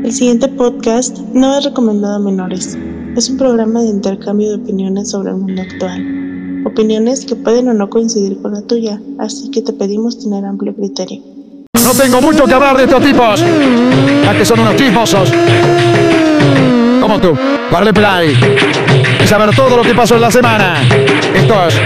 El siguiente podcast no es recomendado a menores. Es un programa de intercambio de opiniones sobre el mundo actual. Opiniones que pueden o no coincidir con la tuya, así que te pedimos tener amplio criterio. No tengo mucho que hablar de estos tipos, ya que son unos chismosos. Como tú, darle play y saber todo lo que pasó en la semana. Esto es...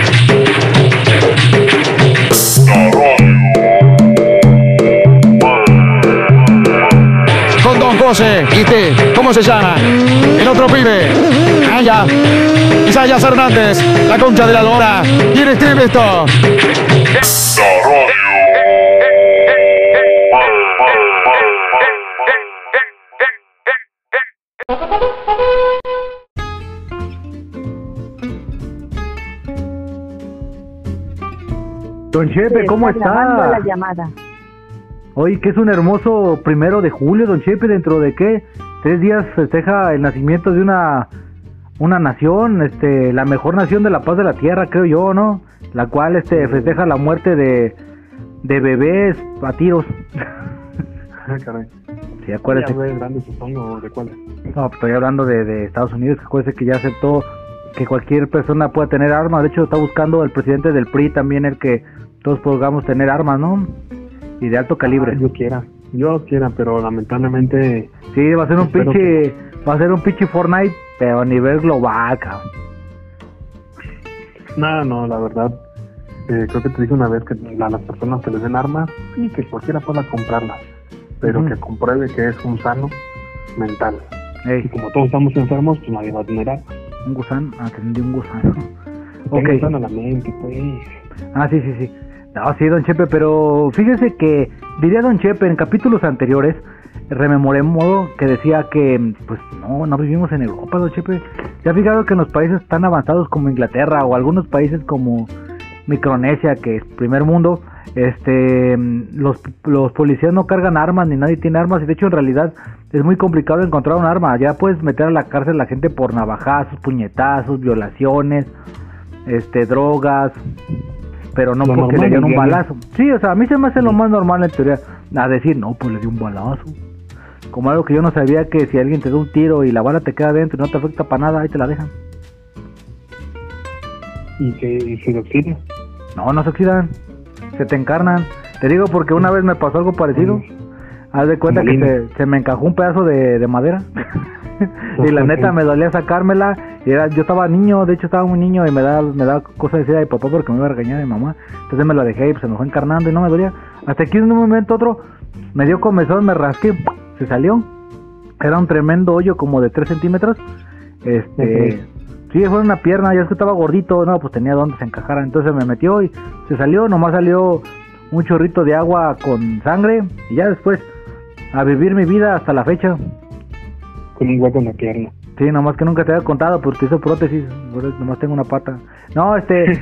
Con Don José y T, ¿cómo se llama? El otro pibe. Ya. Isaías Hernández, la concha de la lora. ¿Quién escribe esto? Don Chepe, ¿cómo está? La llamada. Hoy que es un hermoso 1 de julio, Don Chepe, ¿dentro de qué? 3 días festeja el nacimiento de una nación, la mejor nación de la paz de la tierra, creo yo, ¿no? La cual festeja la muerte de bebés a tiros. Ah, caray. Sí, acuérdate. ¿Ya grande, supongo, de cuál? No, pues estoy hablando de Estados Unidos, que acuérdese que ya aceptó que cualquier persona pueda tener armas. De hecho, está buscando el presidente del PRI también el que todos podamos tener armas, ¿no? Y de alto calibre. Yo quiera, pero lamentablemente... Sí, va a ser un pinche Fortnite, pero a nivel global, cabrón. No, la verdad, creo que te dije una vez que a las personas que les den armas, y que cualquiera pueda comprarlas, pero que compruebe que es un sano mental. Ey. Y como todos estamos enfermos, pues nadie va a tener armas. Un gusano, atendí un gusano. Ok. Un gusano a la mente, pues. Ah, sí. No, sí, Don Chepe, pero fíjese que, diría Don Chepe, en capítulos anteriores, rememoré un modo que decía que, pues, no vivimos en Europa, Don Chepe. ¿Se ha fijado que en los países tan avanzados como Inglaterra o algunos países como Micronesia, que es primer mundo, los policías no cargan armas ni nadie tiene armas? Y de hecho, en realidad, es muy complicado encontrar un arma. Ya puedes meter a la cárcel a la gente por navajazos, puñetazos, violaciones, drogas, pero no porque le dieron un balazo. Sí, o sea, a mí se me hace lo más normal en teoría, a decir, no, pues le dio un balazo. Como algo que yo no sabía, que si alguien te da un tiro y la bala te queda adentro y no te afecta para nada, ahí te la dejan. ¿Y se oxida? No se oxidan, se te encarnan. Te digo porque una vez me pasó algo parecido. Haz de cuenta que se me encajó un pedazo de madera. Y la neta me dolía sacármela. Y yo estaba niño, de hecho estaba muy niño y me da cosa decir a mi papá porque me iba a regañar a mi mamá. Entonces me la dejé y pues se me fue encarnando y no me dolía. Hasta que en un momento otro me dio comezón, me rasqué, se salió. Era un tremendo hoyo como de 3 centímetros. Sí, fue una pierna, ya es que estaba gordito, no, pues tenía donde se encajara. Entonces me metió y se salió, nomás salió un chorrito de agua con sangre. Y ya después, a vivir mi vida hasta la fecha. Con un hueco en la pierna. Sí, nomás que nunca te había contado porque hizo prótesis, nomás tengo una pata. No,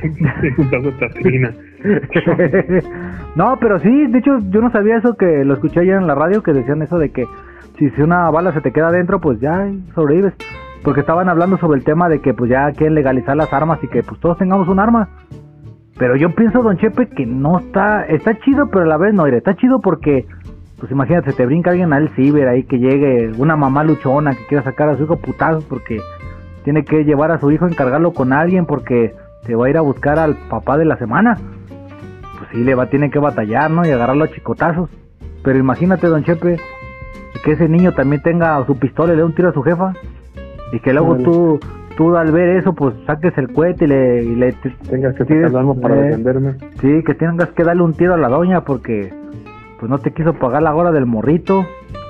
No, pero sí, de hecho yo no sabía eso, que lo escuché ayer en la radio, que decían eso de que si una bala se te queda adentro, pues ya sobrevives. Porque estaban hablando sobre el tema de que pues ya quieren legalizar las armas y que pues todos tengamos un arma. Pero yo pienso, Don Chepe, que no está chido, pero a la vez no, está chido porque... Pues imagínate, se te brinca alguien al ciber ahí, que llegue una mamá luchona que quiera sacar a su hijo putazos porque tiene que llevar a su hijo, encargarlo con alguien porque se va a ir a buscar al papá de la semana. Pues sí, tiene que batallar, ¿no? Y agarrarlo a chicotazos. Pero imagínate, Don Chepe, que ese niño también tenga su pistola y le dé un tiro a su jefa. Y que luego tú al ver eso, pues saques el cohete y le tengas que sacar el arma para defenderme. Sí, que tengas que darle un tiro a la doña porque... pues no te quiso pagar la hora del morrito.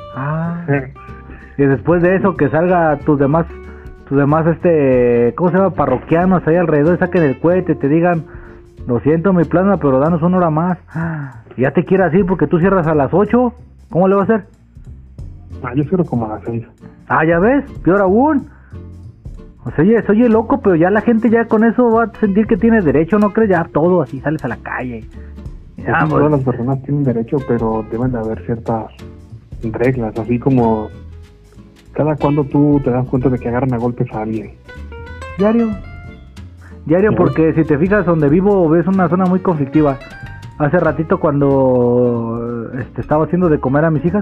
Y después de eso que salga tus demás ¿cómo se llama? Parroquianos ahí alrededor, saquen el cohete y te digan, lo siento mi plana, pero danos 1 hora más. Y ya te quieras ir porque tú cierras a las 8. ¿Cómo le va a hacer? Yo cierro como a las 6. Ya ves, peor aún. O sea, se oye loco, pero ya la gente ya con eso va a sentir que tiene derecho, ¿no crees? Ya todo así, sales a la calle. Todas las personas tienen derecho, pero deben de haber ciertas reglas, así como cada cuando tú te das cuenta de que agarran a golpes a alguien. Diario, porque si te fijas donde vivo es una zona muy conflictiva. Hace ratito cuando estaba haciendo de comer a mis hijas,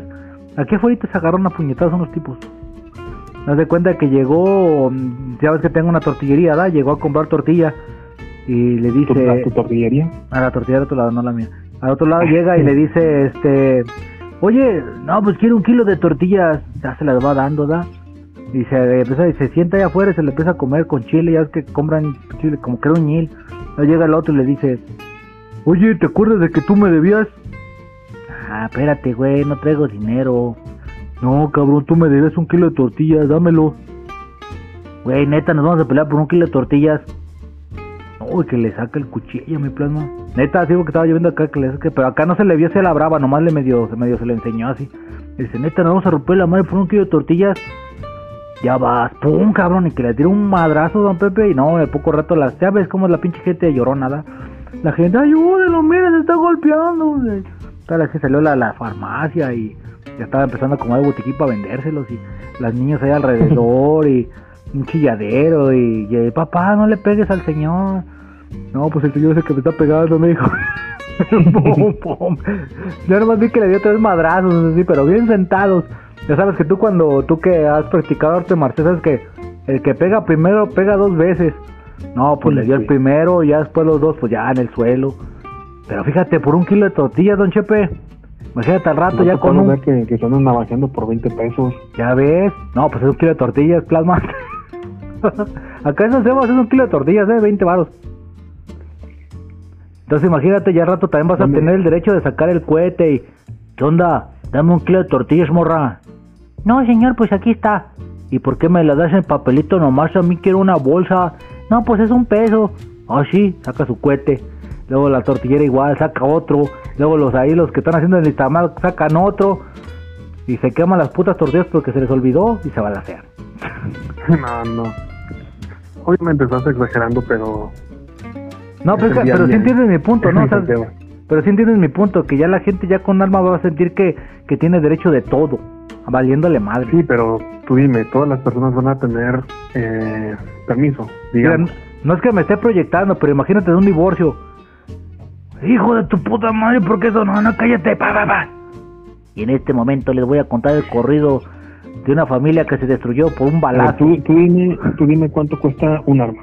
Aquí afuera se agarraron a puñetazos unos tipos. Haz de cuenta que llegó, ya ves que tengo una tortillería, ¿da? Llegó a comprar tortilla y le dice... ¿Tu tortillería? A la tortillería de otro lado, no la mía. Al otro lado llega y le dice, oye, no, pues quiero 1 kilo de tortillas. Ya se las va dando, ¿da? Y se sienta ahí afuera y se le empieza a comer con chile. Ya es que compran chile como que era un ñil. Luego llega el otro y le dice, oye, ¿te acuerdas de que tú me debías? Ah, espérate, güey, no traigo dinero. No, cabrón, tú me debes 1 kilo de tortillas, dámelo. Güey, neta, nos vamos a pelear por 1 kilo de tortillas. No, que le saca el cuchillo, mi plasma. Neta, digo que estaba lloviendo acá, que le saque, pero acá no se le vio así a la brava, nomás medio se le enseñó así. Dice, neta, nos vamos a romper la madre por 1 kilo de tortillas. Ya vas, pum, cabrón, y que le tira un madrazo, don Pepe, y no, de poco rato ya ves cómo es la pinche gente llorona, ¿da? La gente, ayúdenlo, mira, se está golpeando. La gente salió a la farmacia y ya estaba empezando a acomodar botiquín para vendérselos, y las niñas ahí alrededor, y un chilladero, y papá, no le pegues al señor. No, pues el señor es el que me está pegando, me dijo. Pum, pum. Yo nomás vi que le dio 3 madrazos, así, pero bien sentados. Ya sabes que tú que has practicado arte marcial, sabes que el que pega primero pega 2 veces. No, pues le dio el primero, y ya después los 2, pues ya en el suelo. Pero fíjate, por 1 kilo de tortillas, don Chepe. Imagínate al rato, no ya con ver que están navajeando por 20 pesos. Ya ves. No, pues es 1 kilo de tortillas, plasma. Acá en San Sebas es 1 kilo de tortillas, 20 varos. Entonces imagínate, ya al rato también vas a tener el derecho de sacar el cohete y... ¿Qué onda? Dame 1 kilo de tortillas, morra. No, señor, pues aquí está. ¿Y por qué me la das en papelito nomás? A mí quiero una bolsa. No, pues es 1 peso. Ah, sí, saca su cohete. Luego la tortillera igual, saca otro. Luego los que están haciendo el nixtamal sacan otro. Y se queman las putas tortillas porque se les olvidó y se va a hacer. No. Obviamente estás exagerando, pero... No, pero sí entiendes mi punto, ¿no? O sea, pero sí entiendes mi punto, que ya la gente ya con arma va a sentir que tiene derecho de todo, valiéndole madre. Sí, pero tú dime, todas las personas van a tener permiso, digamos. Mira, no es que me esté proyectando, pero imagínate de un divorcio. Hijo de tu puta madre, ¿por qué eso? No, cállate, pa. Y en este momento les voy a contar el corrido de una familia que se destruyó por un balazo. Tú dime cuánto cuesta un arma.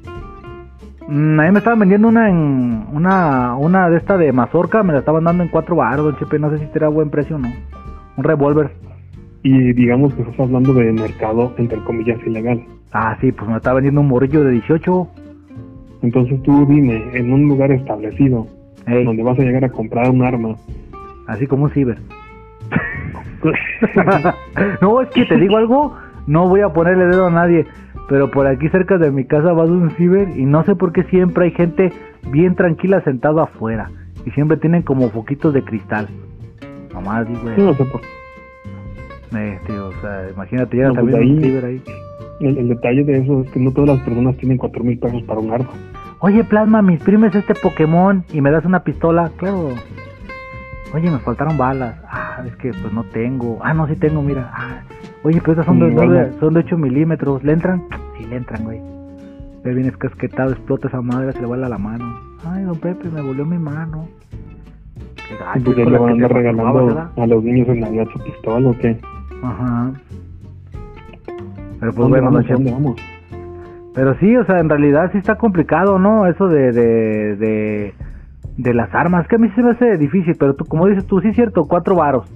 A mí me estaban vendiendo una de esta de mazorca, me la estaban dando en 4 baros, don Chepe, no sé si será buen precio o no. Un revólver. Y digamos que estás hablando de mercado, entre comillas, ilegal. Ah, sí, pues me estaba vendiendo un morrillo de 18. Entonces tú dime, en un lugar establecido, donde vas a llegar a comprar un arma. Así como un ciber. No, es que te digo algo, no voy a ponerle dedo a nadie, pero por aquí cerca de mi casa vas a un ciber y no sé por qué siempre hay gente bien tranquila sentada afuera y siempre tienen como foquitos de cristal. Nomás digo, no sé por qué. Tío, o sea, imagínate, ya también un ciber ahí. El detalle de eso es que no todas las personas tienen 4,000 pesos para un arma. Oye, Plasma, me imprimes este Pokémon y me das una pistola. Claro. Oye, me faltaron balas. Ah, es que pues no tengo. Ah, no, sí tengo, mira. Ah. Oye, pero estas son de 8 milímetros. ¿Le entran? Sí, le entran, güey. Ve bien escasquetado, explota esa madre, se le vuela la mano. Ay, don Pepe, me volvió mi mano. ¿Pues ya le van a andar regalando a los niños en Navidad su pistola o qué? Ajá. Pero pues bueno, ¿dónde vamos? Pero sí, o sea, en realidad sí está complicado, ¿no? Eso de las armas, que a mí se me hace difícil, pero tú, como dices tú, sí es cierto, 4 varos.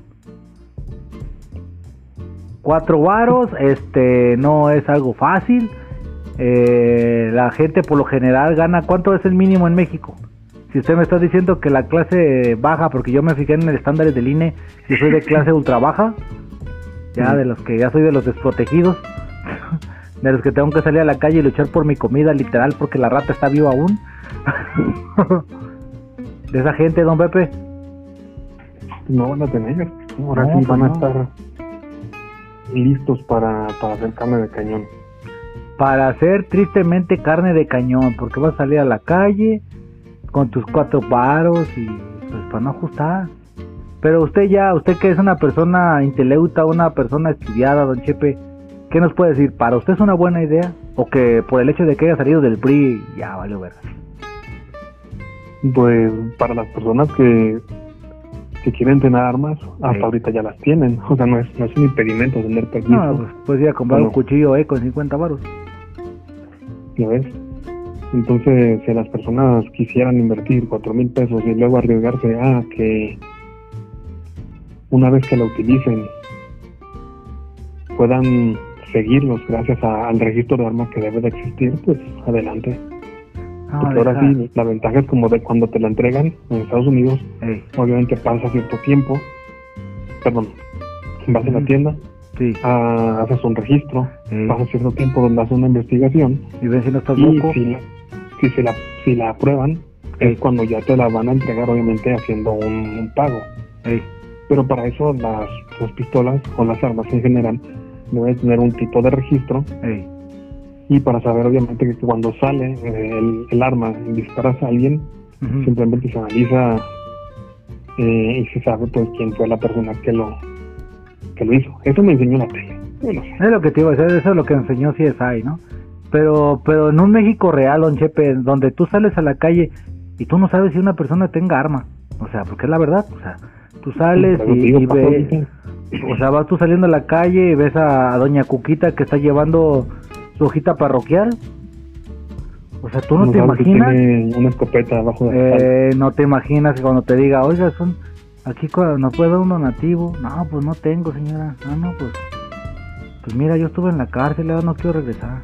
4 varos, no es algo fácil. La gente por lo general gana, ¿cuánto es el mínimo en México? Si usted me está diciendo que la clase baja, porque yo me fijé en el estándar del INE, si soy de clase ultra baja, ya de los que ya soy de los desprotegidos, de los que tengo que salir a la calle y luchar por mi comida literal porque la rata está viva aún. De esa gente, don Pepe. No van a tener, ahora sí van a estar listos para hacer carne de cañón. Para hacer tristemente carne de cañón, porque vas a salir a la calle con tus 4 varos y pues para no ajustar. Pero usted que es una persona intelecta, una persona estudiada, don Chepe, ¿qué nos puede decir? ¿Para usted es una buena idea? ¿O que por el hecho de que haya salido del PRI ya valió verga? Pues para las personas que que quieren tener armas, hasta ahorita ya las tienen. O sea, no es un impedimento tener permiso. No, pues puedes ir a comprar un cuchillo con 50 varos. ¿Lo ves? Entonces, si las personas quisieran invertir 4,000 pesos y luego arriesgarse a que una vez que la utilicen puedan seguirlos gracias al registro de armas que debe de existir, pues adelante. Porque ahora sí, la ventaja es como de cuando te la entregan en Estados Unidos, obviamente pasa cierto tiempo, vas a la tienda, haces un registro, pasa cierto tiempo donde haces una investigación, y ven si no estás loco. Si la aprueban, es cuando ya te la van a entregar, obviamente haciendo un pago. Pero para eso las pistolas o las armas en general deben tener un tipo de registro. Y para saber, obviamente, que cuando sale el arma y disparas a alguien, simplemente se analiza y se sabe pues quién fue la persona que lo hizo. Eso me enseñó la tele. Bueno, es lo que te iba a decir, eso es lo que enseñó CSI, ¿no? Pero en un México real, don Chepe, donde tú sales a la calle y tú no sabes si una persona tenga arma. O sea, porque es la verdad. O sea, tú sales y ves... O sea, vas tú saliendo a la calle y ves a doña Cuquita que está llevando su hojita parroquial. O sea, tú no te imaginas... Tiene una escopeta abajo de la espalda. No te imaginas que cuando te diga, oiga, aquí no puede dar un donativo. No, pues no tengo, señora. No, pues mira, yo estuve en la cárcel, ahora no quiero regresar.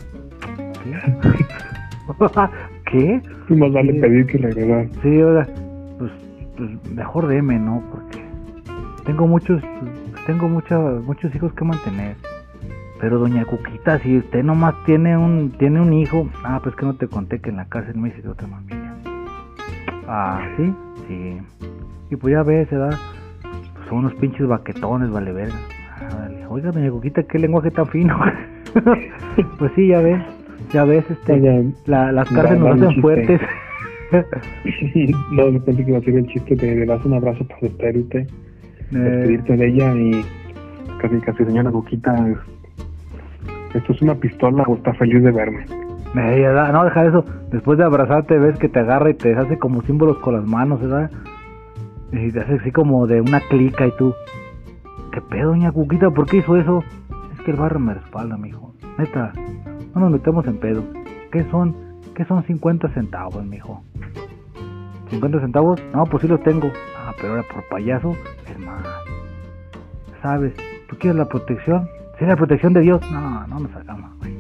¿Qué? Y más vale pedir que regresar. Sí, oiga, pues mejor deme, ¿no? Porque tengo muchos hijos que mantener. Pero doña Cuquita, si usted nomás tiene un hijo, pues que no te conté que en la cárcel me hice de otra familia. ¿Sí? Sí. Y pues ya ves, ¿verdad? Pues son unos pinches baquetones, vale verga. Dale. Oiga, doña Cuquita, qué lenguaje tan fino. Pues sí, ya ves, las cárceles nos hacen fuertes. No, me pensé que iba a ser el chiste de le das un abrazo para despedirte de ella y casi, señora Cuquita, ¿esto es una pistola o está feliz de verme? No, deja eso. Después de abrazarte ves que te agarra y te hace como símbolos con las manos, ¿verdad? Y te hace así como de una clica y tú, ¿qué pedo, doña Cuquita? ¿Por qué hizo eso? Es que el barrio me respalda, mijo. Neta, no nos metemos en pedo. ¿Qué son 50 centavos, mijo? ¿50 centavos? No, pues sí los tengo. Pero ahora por payaso es más. ¿Sabes? ¿Tú quieres la protección? ¿Sí, la protección de Dios? No nos hagamos, güey.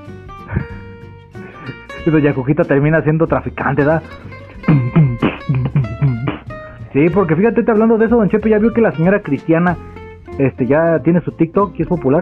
Y doña Cuquita termina siendo traficante, ¿verdad? Sí, porque fíjate, hablando de eso, don Chepe, ya vio que la señora Cristiana ya tiene su TikTok y es popular.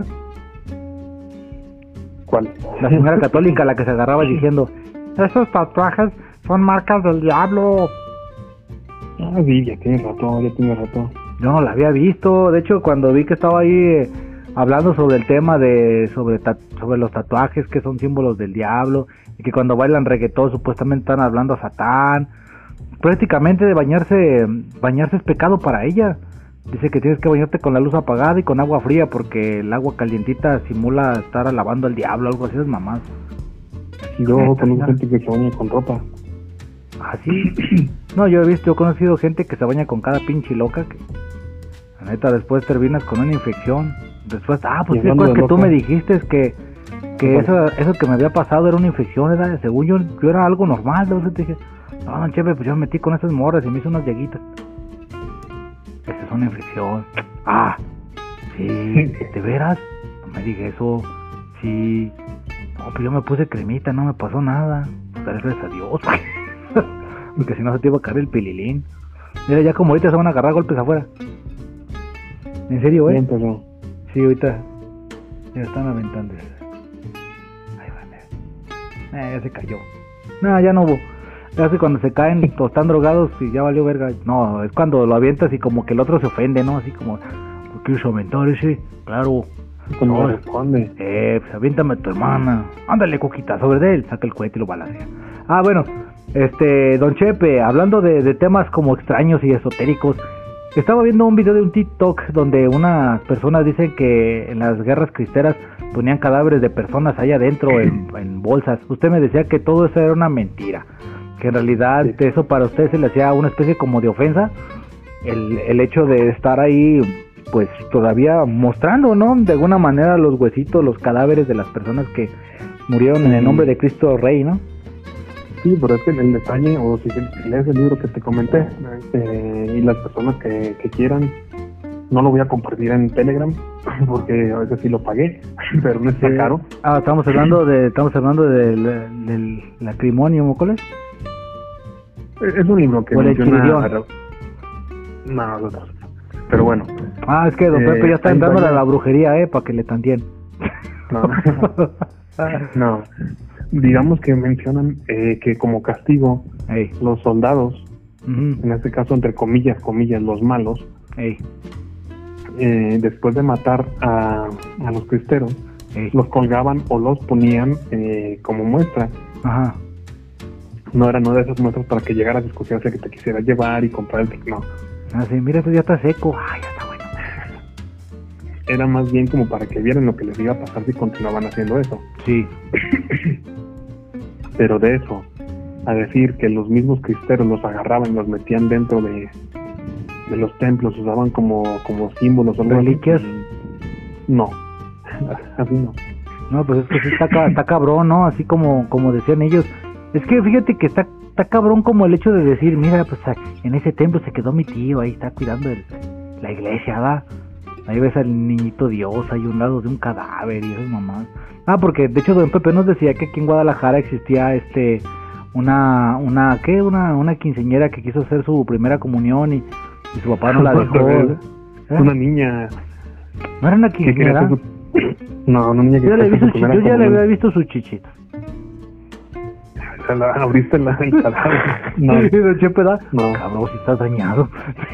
¿Cuál? La señora católica, la que se agarraba diciendo, esos tatuajes son marcas del diablo. Sí, ya tiene rato. Yo no la había visto. De hecho, cuando vi que estaba ahí hablando sobre el tema sobre los tatuajes que son símbolos del diablo y que cuando bailan reggaetón supuestamente están hablando a Satán, prácticamente de bañarse es pecado para ella. Dice que tienes que bañarte con la luz apagada y con agua fría porque el agua calientita simula estar alabando al diablo, algo así, es mamás. Yo conozco gente que se baña con ropa. ¿Sí? No, yo he conocido gente que se baña con cada pinche loca que la neta después terminas con una infección. Después, pues sí, que tú me dijiste que eso que me había pasado era una infección, ¿verdad? Según yo era algo normal. Entonces te dije, no, Chepe, pues yo me metí con esas morras y me hice unas llaguitas. Esa es una infección. Sí, ¿de veras? No me dije eso. Sí. No, pues yo me puse cremita, no me pasó nada. Pues gracias a Dios. Porque si no se te iba a caer el pililín. Mira, ya como ahorita se van a agarrar golpes afuera. ¿En serio, Bien, pero... Sí, ahorita ya están aventando. Ahí van. Ya se cayó. No, ya no hubo. Ya sé cuando se caen o están drogados y ya valió verga. No, es cuando lo avientas y como que el otro se ofende, ¿no? Así como, ¿por qué quieres aventar ese? Claro. ¿Cómo responde? Pues aviéntame a tu hermana. Ándale, Coquita, sobre de él. Saca el cohete y lo balacea. Bueno, don Chepe, hablando de temas como extraños y esotéricos, estaba viendo un video de un TikTok donde unas personas dicen que en las guerras cristeras ponían cadáveres de personas ahí adentro en bolsas. Usted me decía que todo eso era una mentira, que en realidad eso para usted se le hacía una especie como de ofensa. el hecho de estar ahí, pues todavía mostrando, ¿no? De alguna manera los huesitos, los cadáveres de las personas que murieron en el nombre de Cristo Rey, ¿no? Sí, pero es que el detalle, o si lees el libro que te comenté, y las personas que quieran, no lo voy a compartir en Telegram, porque a veces sí lo pagué, pero no está caro. Estamos hablando del lacrimonio, ¿cuál es? Es un libro que menciona... No, otros. Pero bueno. Es que don Pepe ya está entrando a la brujería, para que le tantien. No. Digamos que mencionan que como castigo, los soldados, en este caso entre comillas, los malos, después de matar a los cristeros, los colgaban o los ponían como muestra. Ajá. No era de esas muestras para que llegaras a Escocia, que te quisieras llevar y comprar el no. Sí, mira, esto ya está seco. Ya está bueno. Era más bien como para que vieran lo que les iba a pasar si continuaban haciendo eso. Sí. Pero de eso a decir que los mismos cristeros los agarraban y los metían dentro de los templos, usaban como símbolos o reliquias. No, así no. No, pues es que sí está cabrón, ¿no? Así como decían ellos. Es que fíjate que está cabrón como el hecho de decir, mira, pues en ese templo se quedó mi tío, ahí está cuidando la iglesia, ¿va? Ahí ves al niñito Dios ahí a un lado de un cadáver y esas mamás. Porque de hecho don Pepe nos decía que aquí en Guadalajara existía una quinceañera que quiso hacer su primera comunión y su papá no la dejó. Una niña. ¿No era una quinceañera? No, una niña que yo ya le había visto sus chichitas. Abriste el cadáver. No. Don Chepe, no. Cabrón, si estás dañado.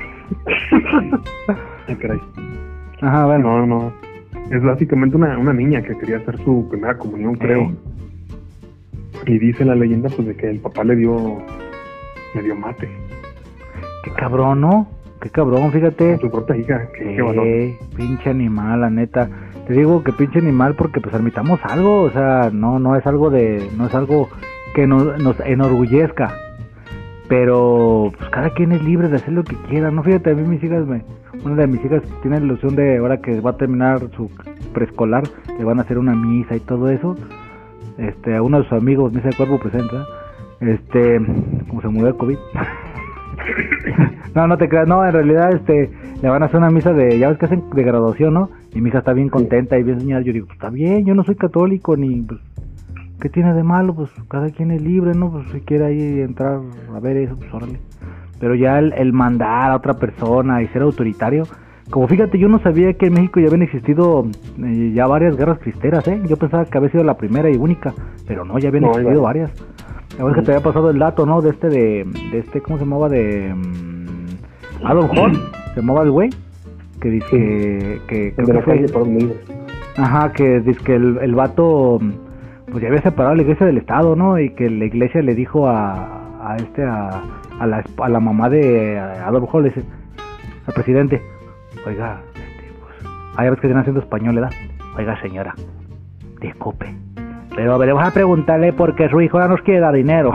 Ay, caray. Ajá, bueno. No. Es básicamente una niña que quería hacer su primera comunión, creo. Y dice la leyenda, pues, de que el papá le dio mate. Qué cabrón, ¿no? Qué cabrón, fíjate. A su propia hija, qué valor. Pinche animal, la neta. Te digo que pinche animal porque, pues, admitamos algo, o sea, no es algo que nos enorgullezca, pero pues cada quien es libre de hacer lo que quiera, ¿no? Fíjate, a mí una de mis hijas tiene la ilusión de ahora que va a terminar su preescolar, le van a hacer una misa y todo eso, a uno de sus amigos, misa de cuerpo presenta, como se murió el COVID. No te creas, no, en realidad le van a hacer una misa ya ves que hacen de graduación, ¿no? Y mi hija está bien contenta y bien soñada. Yo digo, pues está bien, yo no soy católico ni pues ¿qué tiene de malo? Pues cada quien es libre, ¿no? Pues si quiere ahí entrar a ver eso, pues órale. Pero ya el mandar a otra persona y ser autoritario, como fíjate, yo no sabía que en México ya habían existido ya varias guerras cristeras, ¿eh? Yo pensaba que había sido la primera y única, pero no, ya habían existido varias. A ver que te había pasado el dato, ¿no? De ¿cómo se llamaba? De Adolf Hall, se llamaba el güey, que dice que creo que fue... Ajá, que dice que el vato... pues ya había separado la iglesia del Estado, ¿no? Y que la iglesia le dijo a la mamá de Adolf Hall, al presidente, oiga, pues, ya ves que tienen haciendo español, ¿verdad? Oiga, señora, disculpe, pero veremos a preguntarle por qué su hijo ya nos quiere dar dinero.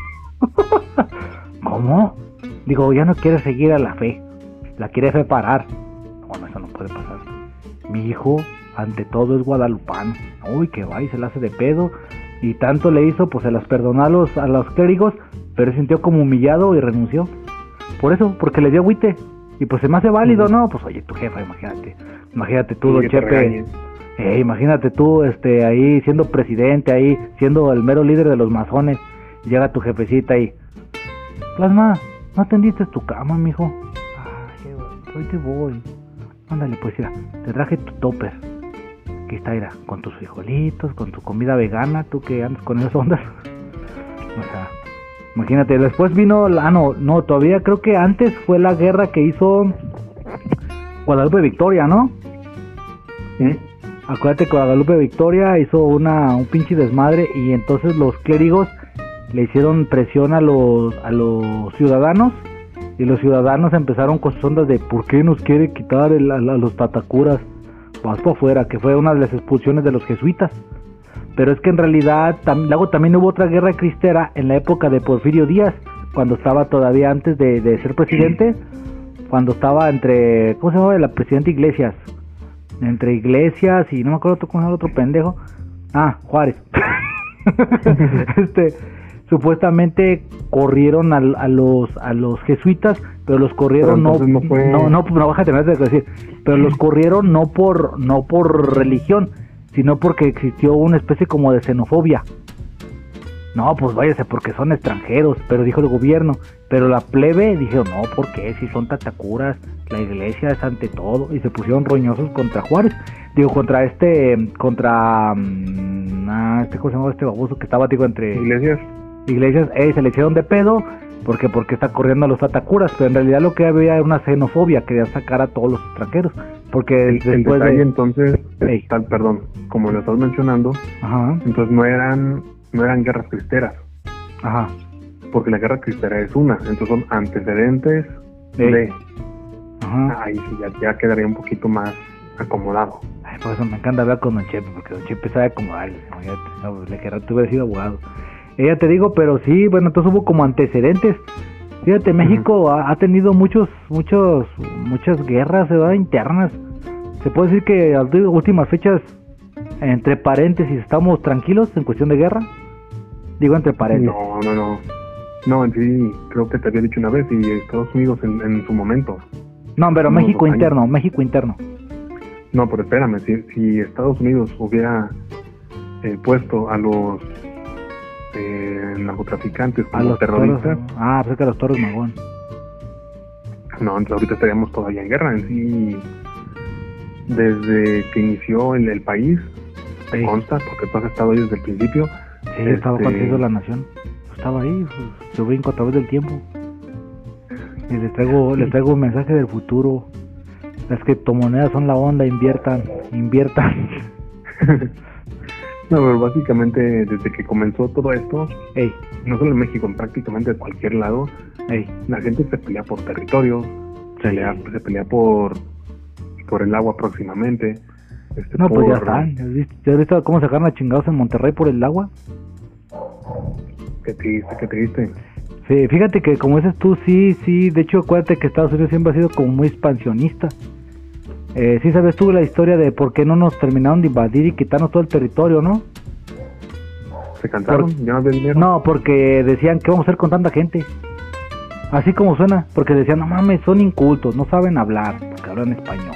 ¿Cómo? Digo, ya no quiere seguir a la fe, la quiere separar. No, eso no puede pasar. Mi hijo ante todo es guadalupano. Uy, que va y se la hace de pedo. Y tanto le hizo, pues se las perdonó a los clérigos, pero se sintió como humillado y renunció. Por eso, porque le dio agüite. Y pues se me hace válido, ¿no? Pues oye, tu jefa, imagínate tú, don Chepe. Imagínate tú, ahí siendo presidente, ahí siendo el mero líder de los masones. Llega tu jefecita y... Plasma, ¿no atendiste tu cama, mijo? Ay, hoy te voy. Ándale, pues mira, te traje tu topper. Aquí está, mira, con tus frijolitos, con tu comida vegana, tú que andas con esas ondas. O sea, imagínate, después vino, todavía creo que antes fue la guerra que hizo Guadalupe Victoria, ¿no? ¿Sí? Acuérdate que Guadalupe Victoria hizo un pinche desmadre y entonces los clérigos le hicieron presión a los ciudadanos. Y los ciudadanos empezaron con sus ondas de ¿por qué nos quiere quitar a los tatacuras? Vas por afuera, que fue una de las expulsiones de los jesuitas. Pero es que en realidad luego también hubo otra guerra cristera en la época de Porfirio Díaz, cuando estaba todavía antes de ser presidente. cuando estaba entre, ¿cómo se llama? La presidenta Iglesias. Entre Iglesias y no me acuerdo cómo se llama el otro pendejo. Juárez. Supuestamente corrieron a los jesuitas, pero los corrieron no vas a tener que decir, pero los corrieron no por religión, sino porque existió una especie como de xenofobia. No, pues váyase porque son extranjeros, pero dijo el gobierno. Pero la plebe dijo, no, ¿por qué? Si son tatacuras, la iglesia es ante todo. Y se pusieron roñosos contra Juárez. Digo, contra ¿cómo se llama este baboso que estaba, entre Iglesias, se le hicieron de pedo, porque está corriendo a los tatacuras, pero en realidad lo que había era una xenofobia, querían sacar a todos los extranjeros, porque el detalle, entonces, perdón, como lo estás mencionando, entonces no eran guerras cristeras. Ajá. Porque la guerra cristera es una, entonces son antecedentes de... Ajá. Ahí sí ya quedaría un poquito más acomodado. Ay, por eso me encanta hablar con Don Chepe, porque Don Chepe sabe acomodarle. Le querrá tú hubiera sido abogado. Ella te digo, pero sí, bueno, entonces hubo como antecedentes. Fíjate, México ha tenido muchas guerras, ¿verdad? Internas. Se puede decir que a las últimas fechas, entre paréntesis, ¿estamos tranquilos en cuestión de guerra? Digo entre paréntesis. No, en sí, creo que te había dicho una vez, y Estados Unidos en su momento. No, pero México interno. No, pero espérame, si Estados Unidos hubiera puesto a los narcotraficantes como los terroristas... pues es que los toros magón. No, entonces ahorita estaríamos todavía en guerra. En sí, desde que inició el país, te consta, porque tú has estado ahí desde el principio. Sí, estaba partiendo la nación. Estaba ahí, yo brinco a través del tiempo. Y les traigo un mensaje del futuro. Las criptomonedas son la onda, inviertan. No, pero básicamente desde que comenzó todo esto, no solo en México, en prácticamente cualquier lado, la gente se pelea por territorio, se pelea por el agua próximamente. Pues ya están. ¿Ya has visto cómo sacaron a chingados en Monterrey por el agua? Qué triste. Sí, fíjate que como dices tú, sí, de hecho acuérdate que Estados Unidos siempre ha sido como muy expansionista. Sí sabes tú la historia de por qué no nos terminaron de invadir y quitarnos todo el territorio, ¿no? ¿Se cansaron? ¿Ya no había dinero? No, porque decían, ¿qué vamos a hacer con tanta gente? Así como suena, porque decían, no mames, son incultos, no saben hablar, porque hablan español.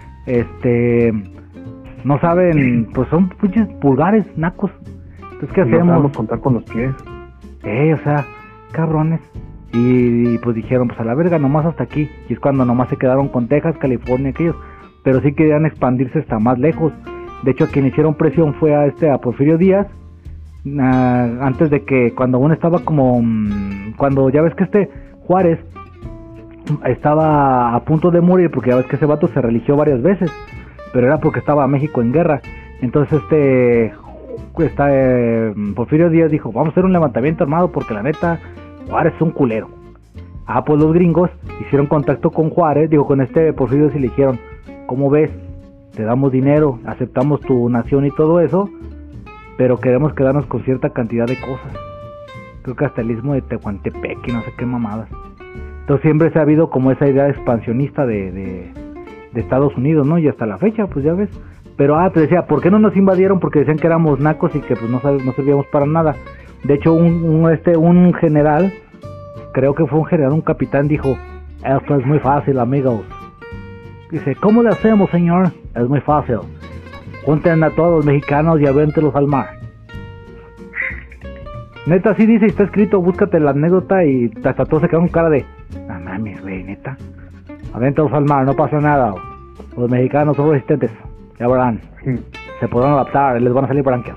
No saben, pues son pinches pulgares, nacos. Entonces, ¿qué hacemos? No sabemos contar con los pies. O sea, cabrones. Y pues dijeron, pues a la verga, nomás hasta aquí. Y es cuando nomás se quedaron con Texas, California, aquellos. Pero sí querían expandirse hasta más lejos. De hecho, a quien hicieron presión fue a Porfirio Díaz. Antes de que, cuando aún estaba como... Cuando ya ves que Juárez estaba a punto de morir, porque ya ves que ese vato se religió varias veces. Pero era porque estaba México en guerra. Entonces Porfirio Díaz dijo, vamos a hacer un levantamiento armado porque la neta Juárez es un culero. Pues los gringos hicieron contacto con Juárez, con Porfirio Díaz, y le dijeron, ¿cómo ves? Te damos dinero, aceptamos tu nación y todo eso, pero queremos quedarnos con cierta cantidad de cosas. Creo que hasta el istmo de Tehuantepec y no sé qué mamadas. Entonces siempre se ha habido como esa idea expansionista de Estados Unidos, ¿no? Y hasta la fecha, pues ya ves. Pero te decía, ¿por qué no nos invadieron? Porque decían que éramos nacos y que pues no servíamos para nada. De hecho, un general, creo que fue un capitán, dijo, esto es muy fácil, amigos. Dice, ¿cómo le hacemos, señor? Es muy fácil. Junten a todos los mexicanos y avéntelos al mar. Neta, así dice, está escrito, búscate la anécdota, y hasta todos se quedaron con cara de, no mames, güey, neta. Avéntelos al mar, no pasa nada. Los mexicanos son resistentes, ya verán. Se podrán adaptar, les van a salir branquias.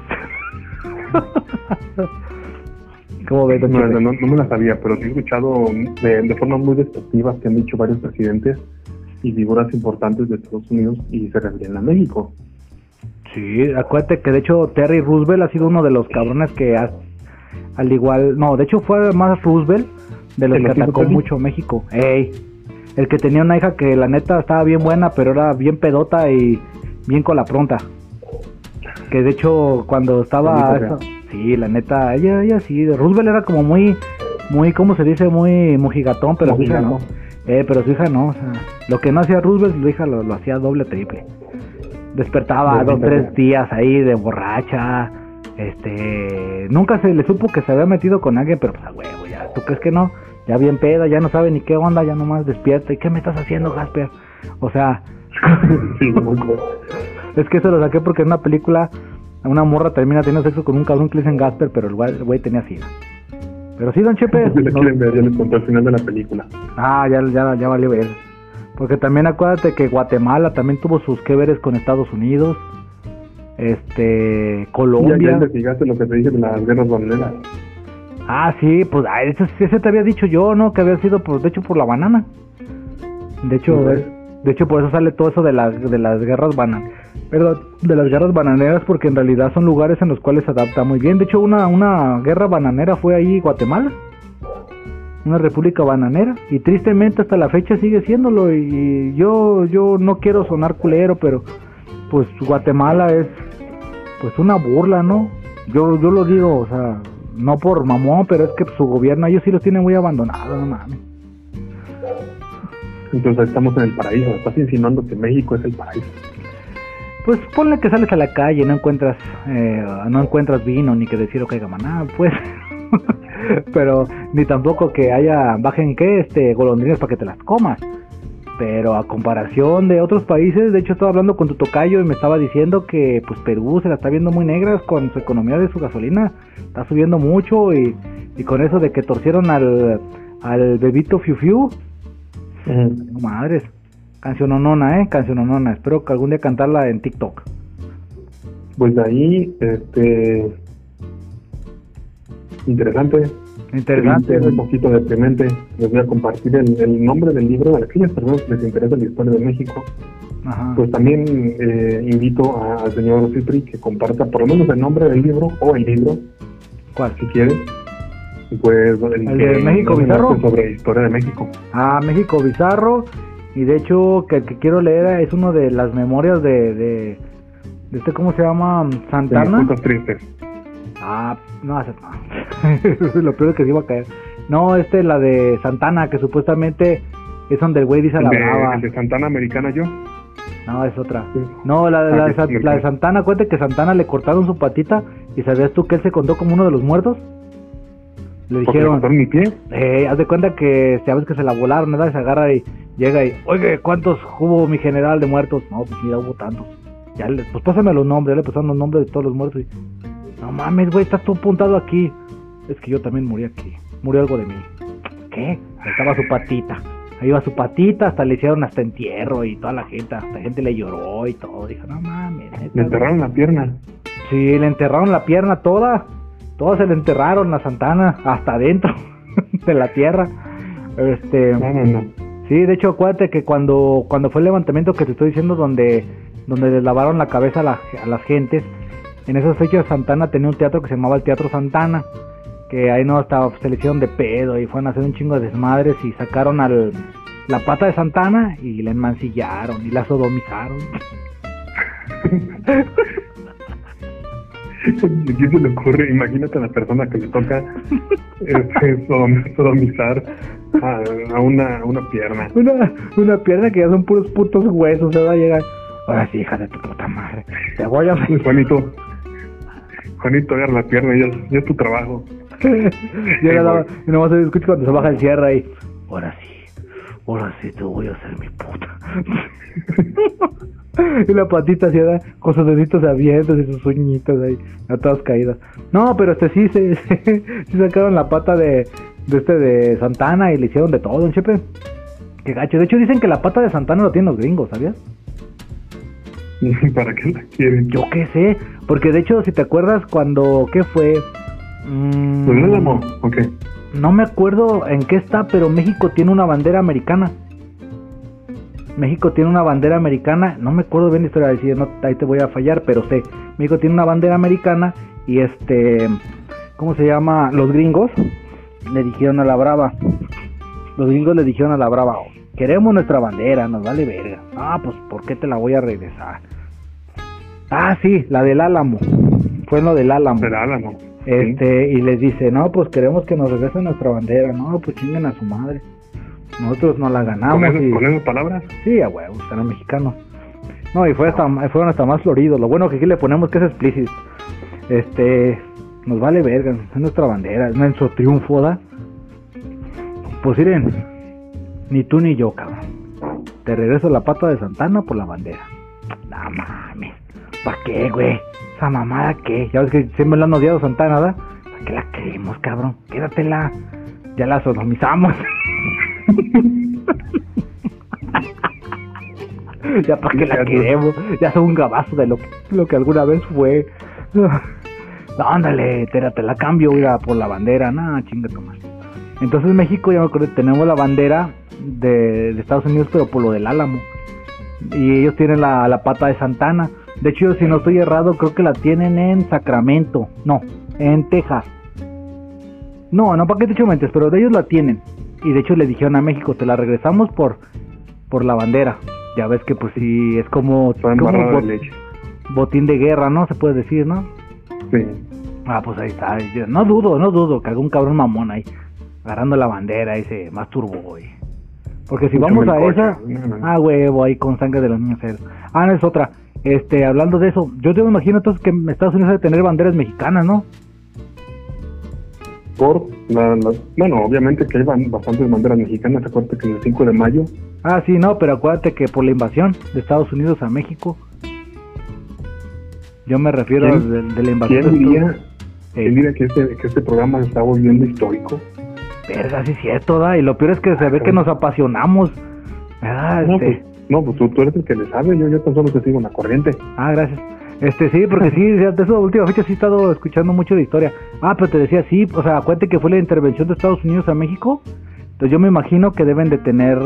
¿Cómo ves, no me la sabía, pero sí he escuchado de forma muy despectiva que han dicho varios presidentes y figuras importantes de Estados Unidos y se refieren a México. Sí, acuérdate que de hecho Terry Roosevelt ha sido uno de los cabrones que al igual, no, de hecho fue más Roosevelt de los que atacó mucho México. El que tenía una hija que la neta estaba bien buena, pero era bien pedota y bien con la pronta. Que de hecho cuando estaba sí, la neta, ella sí, Roosevelt era como muy, ¿cómo se dice? Muy mojigatón, pero Pero su hija no, o sea, lo que no hacía Roosevelt, su hija lo hacía doble, triple. Despertaba 2, 3 días ahí de borracha. Nunca se le supo que se había metido con alguien, pero pues a huevo, ya, ¿tú crees que no? Ya bien peda, ya no sabe ni qué onda, ya nomás despierta. ¿Y qué me estás haciendo, Gasper? O sea, sí, muy cool. Es que eso lo saqué porque en una película una morra termina teniendo sexo con un cabrón que le dicen Gasper, pero el güey tenía sida. Pero sí, don Chepe. Si la quieren ver, ya les conté al final de la película. Ya valió ver. Porque también acuérdate que Guatemala también tuvo sus que veres con Estados Unidos. Colombia. Ya investigaste lo que te dije de las guerras bananeras. Sí, pues ese te había dicho yo, ¿no? Que había sido de hecho por la banana. De hecho por eso sale todo eso de las guerras de las guerras bananeras, porque en realidad son lugares en los cuales se adapta muy bien. De hecho una guerra bananera fue ahí Guatemala, una república bananera, y tristemente hasta la fecha sigue siéndolo. Y yo no quiero sonar culero, pero pues Guatemala es pues una burla, ¿no? Yo lo digo, o sea, no por mamón, pero es que su gobierno, ellos sí los tienen muy abandonados, no mames. Entonces estamos en el paraíso. Estás insinuando que México es el paraíso. Pues ponle que sales a la calle y no encuentras vino, ni que decir o caiga maná, pues. Pero ni tampoco que bajen golondrinas para que te las comas. Pero a comparación de otros países, de hecho estaba hablando con tu tocayo y me estaba diciendo que pues Perú se la está viendo muy negra con su economía de su gasolina, está subiendo mucho, y con eso de que torcieron al bebito Fiu Fiu. No madres, canciononona, espero que algún día cantarla en TikTok. Pues de ahí, interesante, un poquito deprimente. Les voy a compartir el nombre del libro a aquellas personas que les interesa la historia de México. Ajá. Pues también invito al señor Cipri que comparta por lo menos el nombre del libro o el libro. ¿Cuál? Si quiere. Pues el de México Bizarro, sobre historia de México. México Bizarro. Y de hecho que el que quiero leer es uno de las memorias de ¿cómo se llama? Santana. De cosas tristes. No. Lo peor es que se iba a caer. No, la de Santana, que supuestamente es donde el güey dice a la brava. ¿El de Santana Americana yo? No, es otra. Sí. No, la de Santana, cuenta que Santana le cortaron su patita. ¿Y sabías tú que él se contó como uno de los muertos? Le dijeron, mi pie. Haz de cuenta que sabes que se la volaron, ¿verdad? Se agarra y llega y, oye, ¿cuántos hubo mi general de muertos? No, pues mira, hubo tantos. Pues pásame los nombres, le pasaron los nombres de todos los muertos. Y, no mames, güey, estás tú apuntado aquí. Es que yo también morí aquí. Murió algo de mí. ¿Qué? Ahí estaba su patita. Ahí iba su patita, hasta le hicieron hasta entierro y toda la gente le lloró y todo. Dijo, no mames. Le enterraron la pierna. Sí, le enterraron la pierna toda. Todas se le enterraron a Santana hasta adentro de la tierra. No. Sí, de hecho, acuérdate que cuando fue el levantamiento que te estoy diciendo, donde les lavaron la cabeza a las gentes, en esas fechas Santana tenía un teatro que se llamaba el Teatro Santana, que ahí no estaba, se le hicieron de pedo y fueron a hacer un chingo de desmadres y sacaron la pata de Santana y la enmancillaron y la sodomizaron. ¿Qué se le ocurre? Imagínate a la persona que le toca sodomizar a una pierna. Una pierna que ya son puros putos huesos, se va a llegar. Ahora sí, hija de tu puta madre. Te voy a... Juanito, agarra la pierna y ya es tu trabajo. Y nomás se escucha cuando se baja el cierre ahí. Ahora sí te voy a hacer mi puta. Y la patita así, con sus deditos abiertos y sus uñitas ahí, a todas caídas. No, pero sí sacaron la pata de Santana y le hicieron de todo, don Chepe. Qué gacho. De hecho dicen que la pata de Santana lo tienen los gringos, ¿sabías? ¿Para qué la quieren? Yo qué sé, porque de hecho si te acuerdas ¿qué fue? ¿El Álamo? ¿O qué? No me acuerdo en qué está, pero México tiene una bandera americana. México tiene una bandera americana, no me acuerdo bien la historia, ahí te voy a fallar, pero sé, México tiene una bandera americana y ¿cómo se llama? Los gringos le dijeron a la brava, queremos nuestra bandera, nos vale verga. Pues ¿por qué te la voy a regresar? Sí, la del Álamo, fue lo del Álamo. Del Álamo. Y les dice, no, pues queremos que nos regresen nuestra bandera. No, pues chinguen a su madre. Nosotros no la ganamos. ¿Con esas palabras? Sí, a huevos, eran mexicanos. No, y fueron hasta más floridos. Lo bueno que aquí le ponemos que es explícito. Nos vale verga, es nuestra bandera, es nuestro triunfo, ¿da? Pues miren, ni tú ni yo, cabrón. Te regreso la pata de Santana por la bandera. No mames, ¿para qué, güey? ¿Esa mamada qué? Ya ves que siempre la han odiado Santana, ¿da? ¿Para qué la queremos, cabrón? Quédatela. Ya la sodomizamos. Ya para qué la queremos. Ya son un gabazo de lo que alguna vez fue. No, ándale, te la cambio, mira, por la bandera. Nah, chinga tu madre. Entonces México, ya me acuerdo, tenemos la bandera de Estados Unidos, pero por lo del Álamo. Y ellos tienen la pata de Santana. De hecho, si no estoy errado, creo que la tienen en Sacramento. No, en Texas. No, ¿para qué te echo mentes? Pero de ellos la tienen. Y de hecho le dijeron a México, te la regresamos por la bandera. Ya ves que pues sí, es como botín de guerra, ¿no? Se puede decir, ¿no? Sí. Ah, pues ahí está. No dudo que algún cabrón mamón ahí, agarrando la bandera y se masturbó, güey. Porque si vamos a esa... Ah, huevo, ahí con sangre de los niños. No es otra. Hablando de eso, yo te imagino entonces que Estados Unidos debe tener banderas mexicanas, ¿no? Bueno, obviamente que hay bastantes banderas mexicanas. Acuérdate que el 5 de mayo. Ah, sí, no, pero acuérdate que por la invasión de Estados Unidos a México. Yo me refiero de la invasión. ¿Quién diría que este programa se está volviendo histórico? Verga, sí es cierto, ¿da? Y lo peor es que se ve que nos apasionamos. Pues tú eres el que le sabe. Yo tan solo te sigo en la corriente. Ah, gracias. Sí, porque sí, de esa última fecha sí he estado escuchando mucho de historia. Ah, pero te decía, sí, o sea, acuérdate que fue la intervención de Estados Unidos a México. Entonces yo me imagino que deben de tener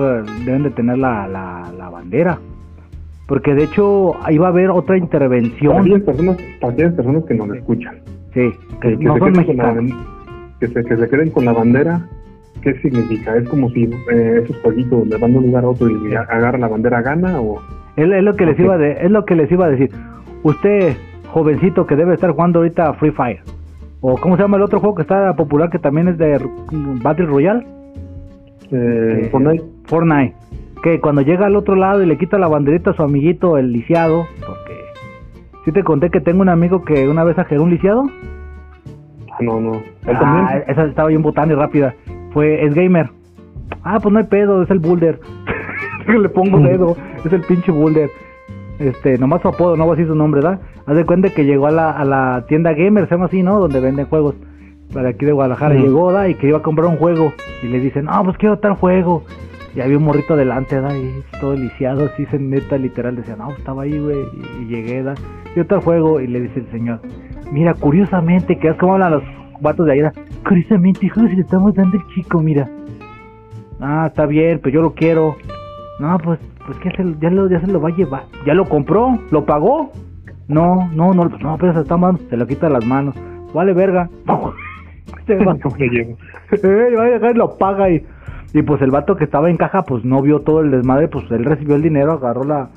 la bandera. Porque de hecho iba a haber otra intervención. Para aquellas personas que no me escuchan. Sí, que no son mexicanos. Que se queden con la bandera. ¿Qué significa? ¿Es como si esos jueguitos le van de un lugar a otro y agarra la bandera, gana? ¿O? Es lo que les iba a decir. Usted, jovencito que debe estar jugando ahorita Free Fire, o ¿cómo se llama el otro juego que está popular que también es de Battle Royale? Fortnite. Que cuando llega al otro lado y le quita la banderita a su amiguito, el lisiado, porque ¿sí te conté que tengo un amigo que una vez ajeró un lisiado? No. Esa estaba bien botana y rápida. Es gamer. Ah, pues no hay pedo, es el Boulder. Le pongo dedo, es el pinche Boulder. Nomás su apodo, no va a decir su nombre, ¿verdad? Haz de cuenta que llegó a la tienda gamer, se llama así, ¿no? Donde venden juegos. Para aquí de Guadalajara. Llegó, ¿da? Y que iba a comprar un juego. Y le dicen, no, pues quiero tal juego. Y había un morrito delante, ¿da? Y todo lisiado, así, neta, literal. Decía, no, estaba ahí, güey. Y llegué, ¿da? Quiero tal juego. Y le dice el señor, mira, curiosamente, que es como hablan los vatos de allá. Curiosamente, hijo, si le estamos dando el chico, mira. Ah, está bien, pero yo lo quiero. No, pues que ya se lo va a llevar. ¿Ya lo compró? ¿Lo pagó? No, pero se está dando, se lo quita de las manos. Vale, verga. Se va. Va a dejar y lo paga y pues el vato que estaba en caja pues no vio todo el desmadre, pues él recibió el dinero, agarró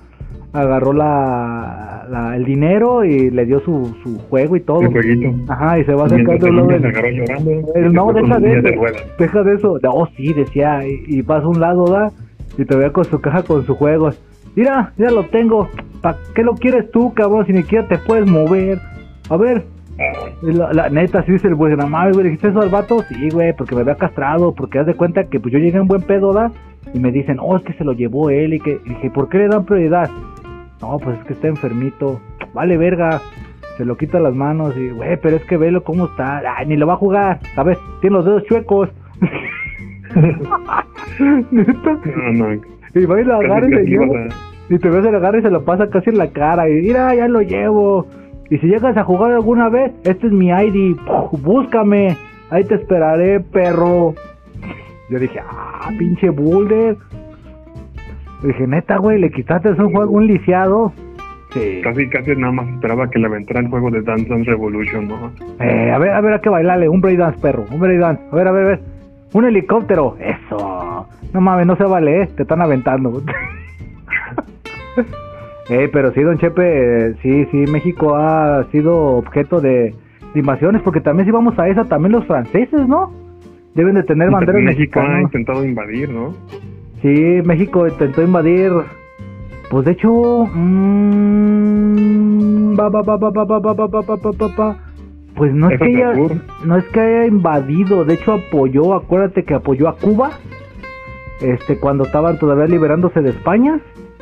el dinero y le dio su juego y todo. El jueguito. Ajá, y se va a sacar de un lado. No, deja de eso. Oh, sí, decía, y pasa a un lado, ¿da? Y te veía con su caja con sus juegos. Mira, ya lo tengo. ¿Para qué lo quieres tú, cabrón? Si ni siquiera te puedes mover. A ver. La neta, sí dice el güey, güey, ¿le dijiste eso al vato? Sí, güey, porque me había castrado. Porque haz de cuenta que pues yo llegué en buen pedo, ¿da? Y me dicen, es que se lo llevó él. Y dije, ¿por qué le dan prioridad? No, pues es que está enfermito. Vale, verga. Se lo quita las manos y, güey, pero es que velo cómo está. Ay, ni lo va a jugar, ¿sabes? Tiene los dedos chuecos. ¿Neta? No. Y va y lo agarra y se lleva. Y te ves el agarra y se lo pasa casi en la cara. Y mira, ya lo llevo. Y si llegas a jugar alguna vez, este es mi ID. Búscame. Ahí te esperaré, perro. Yo dije, pinche Boulder. Dije, neta, güey, le quitaste un juego, un lisiado. Sí. Casi nada más esperaba que le aventara el juego de Dance Dance Revolution, ¿no? A ver, a qué bailarle. Un breakdance, perro. Un breakdance. A ver. Un helicóptero. Eso. No mames, no se vale, te están aventando. Pero sí, don Chepe, sí, México ha sido objeto de invasiones, porque también si vamos a esa, también los franceses, ¿no? Deben de tener banderas México mexicanas. ha intentado invadir, ¿no? Sí, México intentó invadir. Pues de hecho, pues no es que haya invadido, de hecho apoyó, acuérdate que apoyó a Cuba, cuando estaban todavía liberándose de España,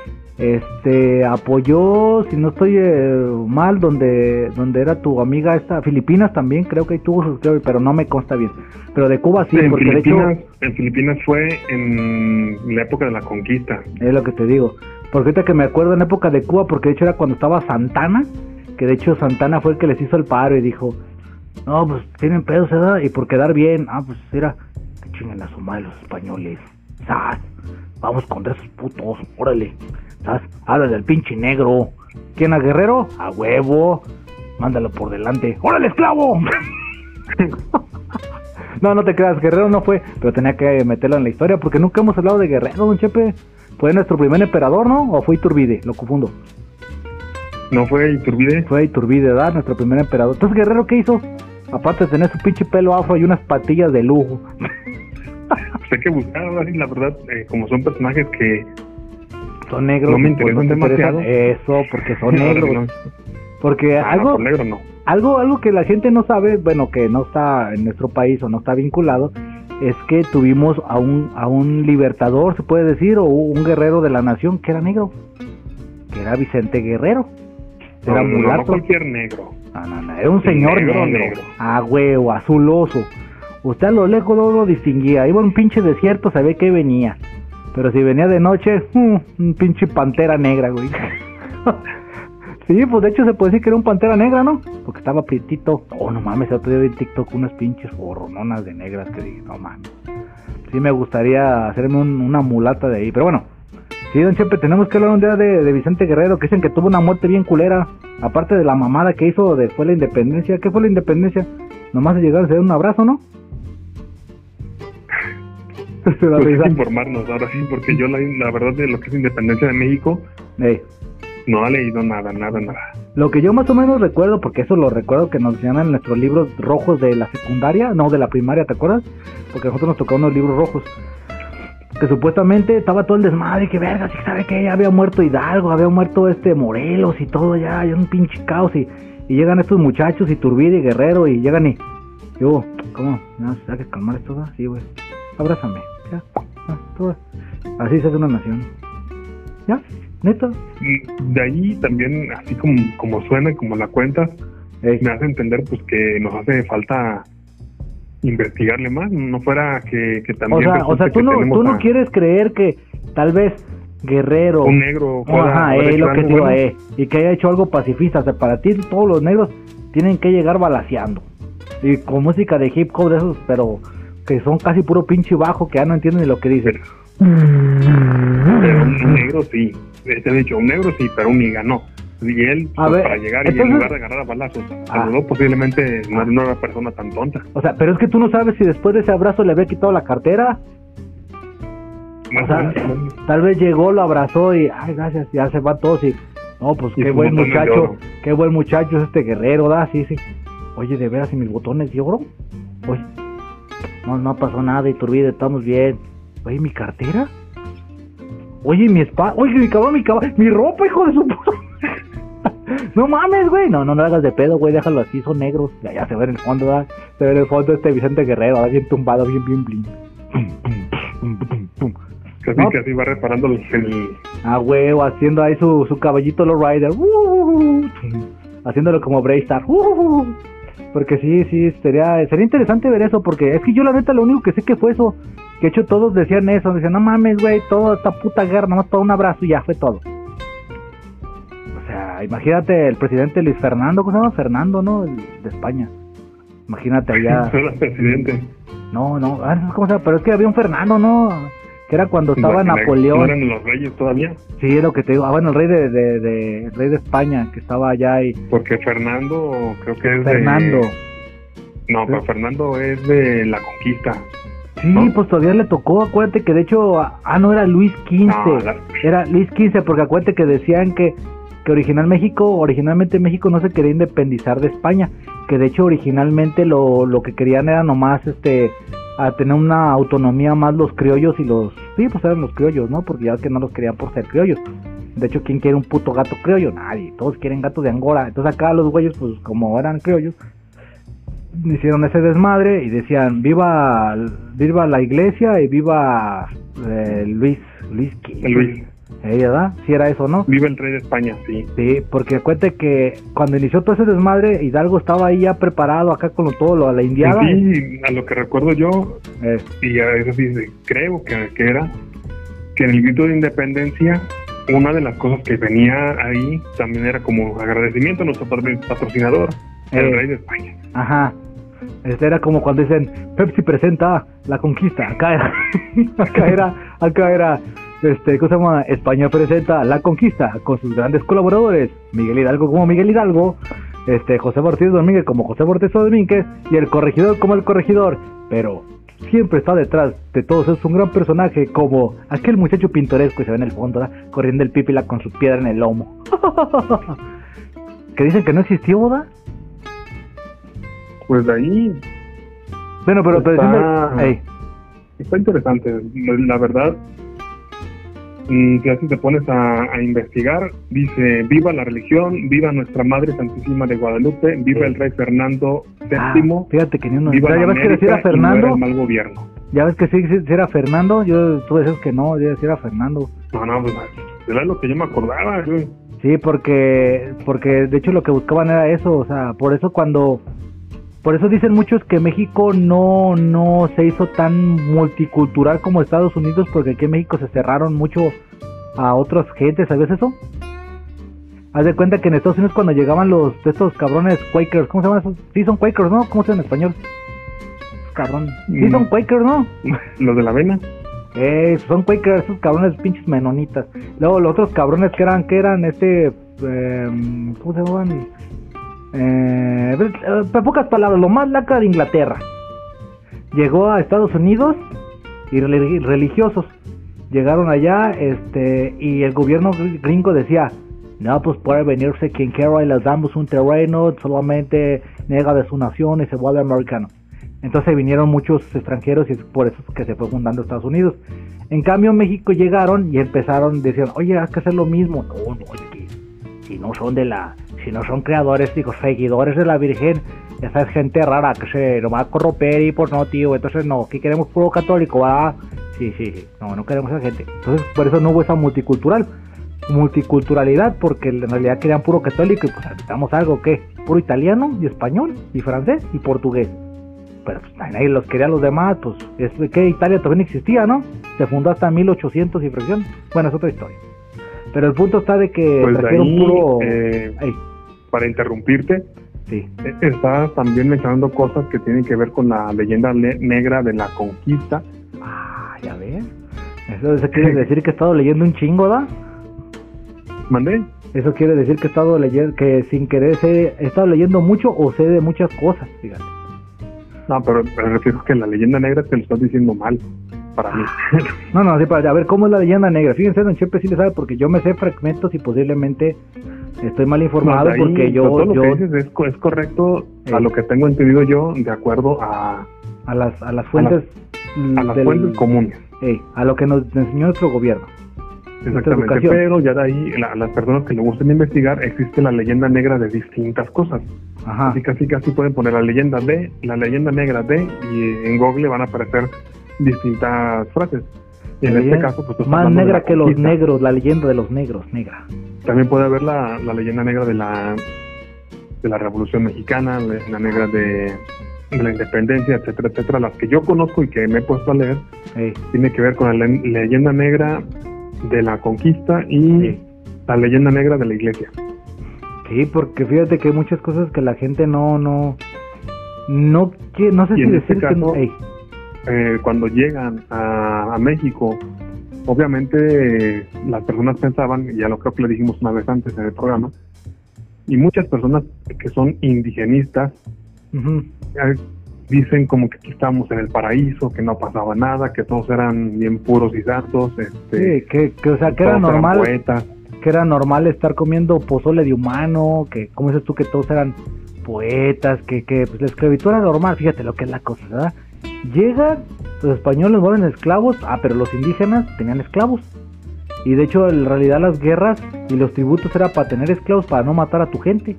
apoyó, si no estoy mal, donde era tu amiga esta, Filipinas también, creo que ahí tuvo sus, pero no me consta bien, pero de Cuba sí, porque de hecho en Filipinas fue en la época de la conquista. Es lo que te digo, porque ahorita que me acuerdo en época de Cuba, porque de hecho era cuando estaba Santana, que de hecho Santana fue el que les hizo el paro y dijo, no, pues tienen pedos, ¿verdad? Y por quedar bien, pues era, que chinguen a su madre los españoles, ¿sabes? Vamos contra esos putos, órale, ¿sabes? Háblale al pinche negro. ¿Quién, a Guerrero? A huevo, mándalo por delante, ¡órale, esclavo! No te creas, Guerrero no fue, pero tenía que meterlo en la historia, porque nunca hemos hablado de Guerrero, don Chepe. ¿Fue nuestro primer emperador, no? ¿O fue Iturbide? Lo confundo. ¿No fue Iturbide? Fue Iturbide, ¿verdad? Nuestro primer emperador. Entonces, Guerrero, ¿qué hizo? Aparte de tener su pinche pelo afro y unas patillas de lujo. Pues hay que buscar, la verdad, como son personajes que son negros, no me interesan demasiado. Eso, porque son negros. No. Porque algo, negro no. algo que la gente no sabe, bueno, que no está en nuestro país o no está vinculado, es que tuvimos a un libertador, se puede decir, o un guerrero de la nación que era negro, que era Vicente Guerrero. Era mulato. No cualquier negro. No, era un señor negro. A huevo, azuloso. Usted a lo lejos no lo distinguía. Iba un pinche desierto, sabía que venía. Pero si venía de noche, un pinche pantera negra, güey. Sí, pues de hecho se puede decir que era un pantera negra, ¿no? Porque estaba prietito. Oh, no mames, el otro día vi en TikTok unas pinches hormonas de negras que dije, no mames. Sí me gustaría hacerme una mulata de ahí, pero bueno. Sí, don Chepe, tenemos que hablar un día de Vicente Guerrero, que dicen que tuvo una muerte bien culera. Aparte de la mamada que hizo después de la independencia. ¿Qué fue la independencia? Nomás de llegar a hacer un abrazo, ¿no? Pues hay que informarnos ahora sí, porque yo la verdad de lo que es independencia de México no he leído nada. Lo que yo más o menos recuerdo, porque eso lo recuerdo que nos enseñan en nuestros libros rojos de la secundaria, no, de la primaria, ¿te acuerdas? Porque a nosotros nos tocaron unos libros rojos. Que supuestamente estaba todo el desmadre, que verga, si sabe que ya había muerto Hidalgo, había muerto Morelos y todo, ya un pinche caos, y llegan estos muchachos, Iturbide y Guerrero, y llegan y yo, ¿cómo? ¿No hay que calmar esto? Sí, güey, abrázame, ya, todo. Así se hace una nación, ya, neta. De ahí también, así como suena, como la cuenta, me hace entender pues que nos hace falta investigarle más, no fuera que también... O sea, tú no quieres creer que tal vez Guerrero... Un negro... lo que digo, y que haya hecho algo pacifista. O sea, para ti todos los negros tienen que llegar balaceando. Y con música de hip hop de esos, pero que son casi puro pinche bajo, que ya no entienden ni lo que dicen. Pero un negro sí, te he dicho, un negro sí, pero un niga no. Y él, para llegar y en lugar de agarrar a balazos, saludó, posiblemente no era una persona tan tonta. O sea, pero es que tú no sabes si después de ese abrazo le había quitado la cartera. O sea, tal vez llegó, lo abrazó y, ay, gracias, ya se va todos y, no, pues qué buen muchacho es este Guerrero, ¿da? Sí. Oye, de veras, ¿y mis botones de oro? Oye, no pasó nada, Iturbide, estamos bien. Oye, ¿mi cartera? Oye, mi espada, oye, mi cabrón, mi ropa, hijo de su puta. No mames, güey, no le hagas de pedo, güey, déjalo así, son negros. Ya se ve en el fondo, ¿verdad? Se ve en el fondo Vicente Guerrero, bien tumbado, bien bling. Casi que así va reparando el... huevo, haciendo ahí su caballito Low Rider. Haciéndolo como Braystar. Porque sí, sería interesante ver eso, porque es que yo la neta lo único que sé que fue eso. Que de hecho todos decían eso, decían, no mames, güey, toda esta puta guerra, nomás para un abrazo y ya fue todo. O sea, imagínate el presidente Luis Fernando, ¿cómo se llama? Fernando, ¿no? El de España. Imagínate allá. No era presidente. No, ¿cómo se llama? Pero es que había un Fernando, ¿no? Que era cuando estaba Napoleón. ¿No eran los reyes todavía? Sí, es lo que te digo. Bueno, el rey el rey de España, que estaba allá ahí. Porque Fernando, creo que es Fernando. No, pero Fernando es de la conquista. Sí, ¿no? Pues todavía le tocó, acuérdate que de hecho, no era Luis XV, era Luis XV, porque acuérdate que decían que originalmente México no se quería independizar de España, que de hecho originalmente lo que querían era nomás a tener una autonomía más los criollos y los... Sí, pues eran los criollos, ¿no? Porque ya es que no los querían por ser criollos. De hecho, ¿quién quiere un puto gato criollo? Nadie, todos quieren gatos de Angora. Entonces acá los güeyes, pues como eran criollos, hicieron ese desmadre y decían, viva la iglesia y viva Luis ¿verdad? Sí era eso, ¿no? Viva el rey de España, sí. Sí, porque cuente que cuando inició todo ese desmadre, Hidalgo estaba ahí ya preparado acá con todo a la indiada. Sí, a lo que recuerdo yo, y a eso sí creo que era, que en el grito de independencia, una de las cosas que venía ahí también era como agradecimiento a nuestro patrocinador, el rey de España. Ajá. Era como cuando dicen Pepsi presenta la conquista. Acá era ¿cómo se llama? España presenta la conquista con sus grandes colaboradores, Miguel Hidalgo como Miguel Hidalgo, José Ortiz Domínguez como José Ortiz Domínguez y el corregidor como el corregidor, pero siempre está detrás de todos, es un gran personaje como aquel muchacho pintoresco que se ve en el fondo, ¿verdad? Corriendo el pípila con su piedra en el lomo. Que dicen que no existió, ¿verdad? Pues de ahí... Bueno, pero está interesante, la verdad. Si así te pones a investigar, dice: viva la religión, viva nuestra Madre Santísima de Guadalupe, viva el rey Fernando VII, fíjate que ni uno, viva ya la ves que decía América Fernando, y no era el mal gobierno. Ya ves que sí era Fernando, tú decías que no, yo decía era Fernando. No, pues era lo que yo me acordaba, güey. Sí, porque de hecho lo que buscaban era eso, o sea, por eso dicen muchos que México no se hizo tan multicultural como Estados Unidos, porque aquí en México se cerraron mucho a otras gentes, ¿sabes eso? Haz de cuenta que en Estados Unidos cuando llegaban estos cabrones Quakers, ¿cómo se llaman esos? Sí son Quakers, ¿no? ¿Cómo se llama en español? Cabrón. Sí son Quakers, ¿no? ¿Los de la avena? Son Quakers, esos cabrones pinches menonitas. Luego los otros cabrones que eran ¿cómo se llamaban? En pocas palabras, lo más lacra de Inglaterra. Llegó a Estados Unidos y religiosos llegaron allá, y el gobierno gringo decía: no, pues puede venirse quien quiera y les damos un terreno, solamente niega de su nación y se vuelve americano. Entonces vinieron muchos extranjeros y es por eso que se fue fundando Estados Unidos. En cambio México llegaron y empezaron, decían: oye, hay que hacer lo mismo. No, es que si no son creadores, digo, seguidores de la Virgen, esa es gente rara que se lo va a corromper y pues no, tío, entonces no, aquí queremos puro católico, ¿verdad? Sí, no queremos esa gente. Entonces por eso no hubo esa multiculturalidad, porque en realidad querían puro católico y pues necesitamos algo que puro italiano y español y francés y portugués. Pero pues nadie los quería los demás, pues es que Italia también existía, ¿no? Se fundó hasta 1800 y fracción. Bueno, es otra historia. Pero el punto está de que pues trajeron ahí, puro... para interrumpirte, sí, está también mencionando cosas que tienen que ver con la leyenda negra de la conquista. Ya ves. Eso quiere decir que he estado leyendo un chingo, ¿da? ¿Mandé? Eso quiere decir que he estado leyendo, que sin querer he estado leyendo mucho o sé de muchas cosas, fíjate. No, pero me refiero que la leyenda negra te lo estás diciendo mal, para mí. No, sí, a ver, ¿cómo es la leyenda negra? Fíjense, don Chepe sí le sabe, porque yo me sé fragmentos y posiblemente estoy mal informado, ahí, porque todo lo que dices es correcto, a lo que tengo entendido yo, de acuerdo a las fuentes... A las fuentes comunes. A lo que nos enseñó nuestro gobierno. Exactamente, pero ya de ahí, las personas que le gusten investigar, existe la leyenda negra de distintas cosas. Ajá. Así casi pueden poner la leyenda negra de, y en Google van a aparecer distintas frases. Y en este caso, pues más negra que los negros, la leyenda de los negros, negra. También puede haber la leyenda negra de la Revolución Mexicana, la negra de la independencia, etcétera, las que yo conozco y que me he puesto a leer, tiene que ver con la leyenda negra de la conquista y la leyenda negra de la iglesia. Sí, porque fíjate que hay muchas cosas que la gente no sé si decir caso, que cuando llegan a México, obviamente las personas pensaban, y ya lo creo que lo dijimos una vez antes en el programa, y muchas personas que son indigenistas dicen como que aquí estamos en el paraíso, que no pasaba nada, que todos eran bien puros y santos, sí, que o sea, que era normal, que era normal estar comiendo pozole de humano, que como dices tú, que todos eran poetas, que pues la esclavitud era normal. Fíjate lo que es la cosa, ¿verdad? Llegan, los españoles vuelven esclavos, pero los indígenas tenían esclavos. Y de hecho, en realidad las guerras y los tributos era para tener esclavos, para no matar a tu gente.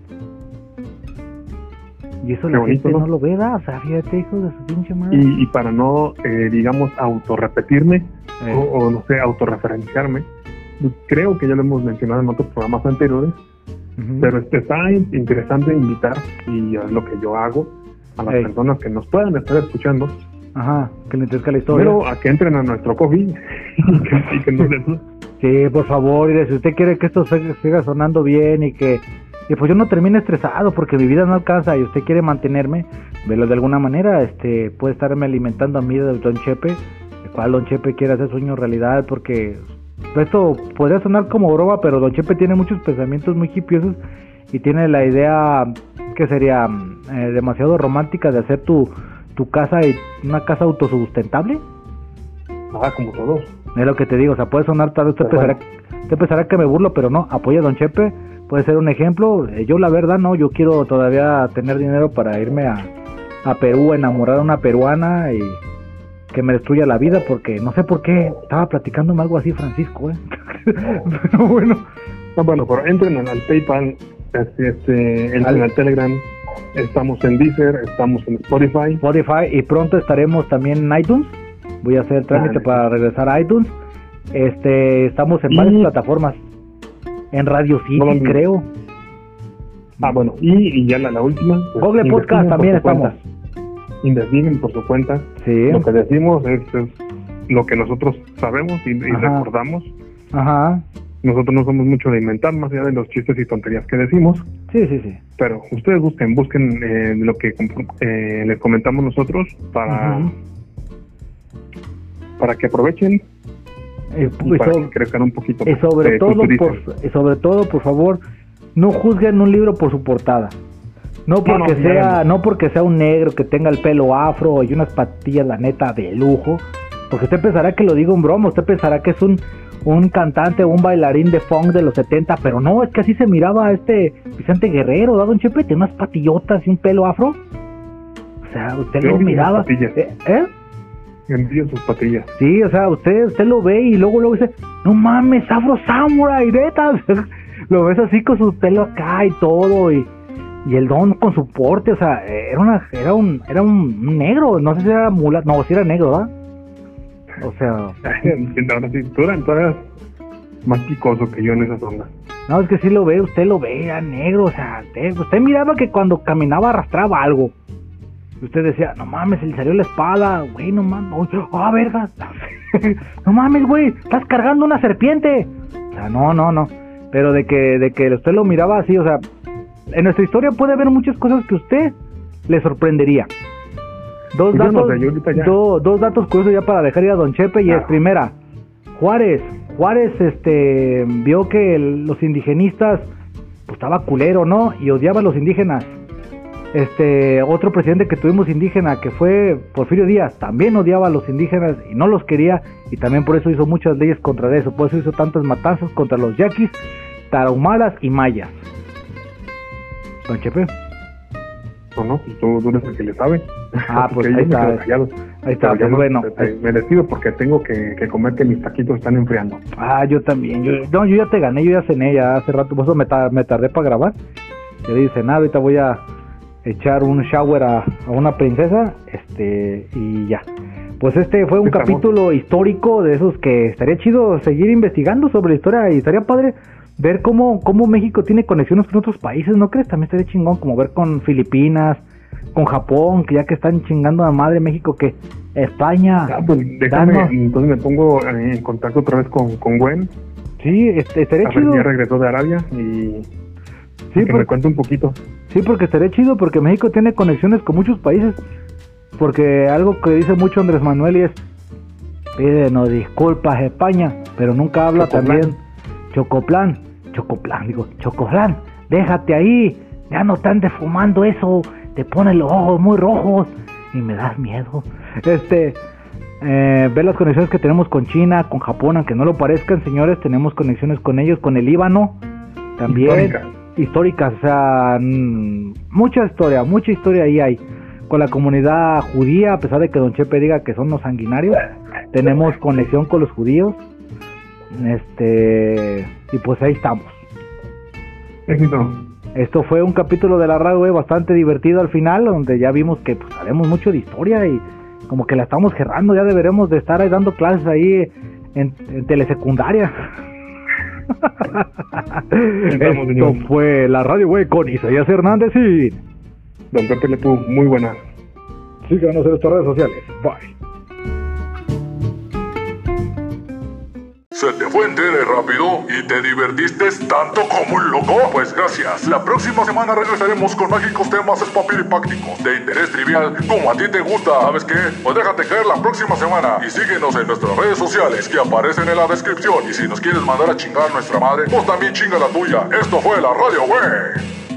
Y eso la gente no lo ve, ¿da? O sea, fíjate, hijo de su pinche madre. Y para no, digamos, autorrepetirme o no sé, autorreferenciarme, creo que ya lo hemos mencionado en otros programas anteriores, pero está interesante invitar, y es lo que yo hago, a las personas que nos puedan estar escuchando, que le interesa la historia, pero a que entren a nuestro coffee y que nos den. Sí, por favor, y si usted quiere que esto siga sonando bien y que pues yo no termine estresado porque mi vida no alcanza y usted quiere mantenerme, velo de alguna manera, puede estarme alimentando a mí del Don Chepe, el cual Don Chepe quiere hacer sueño realidad, porque esto podría sonar como broma, pero Don Chepe tiene muchos pensamientos muy hipiosos y tiene la idea que sería demasiado romántica de hacer tu casa y una casa autosustentable. Como todos. Es lo que te digo, o sea, puede sonar tal vez te pensará que me burlo, pero no, apoya a Don Chepe, puede ser un ejemplo. Yo la verdad no, yo quiero todavía tener dinero para irme a Perú, enamorar a una peruana y que me destruya la vida, porque no sé por qué estaba platicándome algo así Francisco, pero bueno. Bueno, pero entren al PayPal, entren al Telegram, estamos en Deezer, estamos en Spotify y pronto estaremos también en iTunes. Voy a hacer trámite para regresar a iTunes. Estamos en varias plataformas. En Radio City, creo. Bueno, y ya la última. Pues, Google Podcast también estamos. Investiguen por su cuenta. Sí. Lo que decimos es lo que nosotros sabemos y recordamos. Nosotros no somos mucho de inventar, más allá de los chistes y tonterías que decimos. Sí. Pero ustedes busquen lo que les comentamos nosotros para que aprovechen y para que crezcan un poquito más. Y sobre todo, por favor, no juzguen un libro por su portada. No porque sea un negro que tenga el pelo afro y unas patillas, la neta, de lujo. Porque usted pensará que lo digo en broma, usted pensará que es un cantante o un bailarín de funk de los 70, pero no, es que así se miraba Vicente Guerrero, ¿da, Don Chepe? Tiene unas patillotas y un pelo afro. O sea, usted lo miraba. Envío sus patillas. Sí, o sea, usted lo ve y luego dice, no mames, Afro Samurai, neta. Lo ves así con su pelo acá y todo, y el don con su porte, o sea, era un negro, no sé si era mula, no, si era negro, ¿verdad? O sea, ahora sí, tú eras más picoso que yo en esa zona. No, es que sí usted lo ve, era negro, o sea, usted miraba que cuando caminaba arrastraba algo. Usted decía, no mames, se le salió la espada, güey, no mames, verga, no mames, güey, estás cargando una serpiente. O sea, no, pero de que usted lo miraba así, o sea, en nuestra historia puede haber muchas cosas que used le sorprendería. Dos datos curiosos ya para dejar ir a Don Chepe, y es primera, Juárez vio que los indigenistas, pues estaba culero, ¿no? Y odiaba a los indígenas. Otro presidente que tuvimos indígena, que fue Porfirio Díaz, también odiaba a los indígenas y no los quería, y también por eso hizo muchas leyes contra eso, por eso hizo tantas matanzas contra los yaquis, tarahumaras y mayas. Don Chepe. No, pues tú eres el que le sabe. Pues ahí está, pues bueno. Me despido porque tengo que comer, que mis taquitos están enfriando. Yo también, yo ya te gané, yo ya cené, ya hace rato, por eso me tardé para grabar. Ya dije nada, ahorita voy a echar un shower a una princesa, y ya. Pues fue un capítulo histórico de esos que estaría chido seguir investigando sobre la historia, y estaría padre ver cómo México tiene conexiones con otros países, ¿no crees? También estaría chingón como ver con Filipinas, con Japón, que ya que están chingando a madre México, que España. Pues déjame, entonces me pongo en contacto otra vez con Gwen. Sí, estaría chido. Ya regresó de Arabia y sí, que me cuente un poquito. Sí, porque estaría chido, porque México tiene conexiones con muchos países. Porque algo que dice mucho Andrés Manuel y es: pídenos disculpas España, pero nunca habla también Chocoplan, déjate ahí, ya no te andes fumando eso, te pone los ojos muy rojos y me das miedo. Ver las conexiones que tenemos con China, con Japón, aunque no lo parezcan, señores, tenemos conexiones con ellos, con el Líbano también, históricas, o sea, mucha historia ahí hay. con la comunidad judía, a pesar de que Don Chepe diga que son los sanguinarios. Tenemos conexión con los judíos. Y pues ahí estamos. Éxito. Esto fue un capítulo de la radio bastante divertido al final, donde ya vimos que pues sabemos mucho de historia y como que la estamos gerrando. Ya deberemos de estar ahí dando clases ahí en telesecundaria. Esto fue la radio con Isaías Hernández y Don Pepe Le Pew. Muy buena. Síganos en nuestras redes sociales. Bye. ¿Se te fue en tele rápido y te divertiste tanto como un loco? Pues gracias. La próxima semana regresaremos con mágicos temas espapiripácticos de interés trivial como a ti te gusta. ¿Sabes qué? Pues déjate caer la próxima semana y síguenos en nuestras redes sociales que aparecen en la descripción. Y si nos quieres mandar a chingar a nuestra madre, pues también chinga la tuya. Esto fue la radio, güey.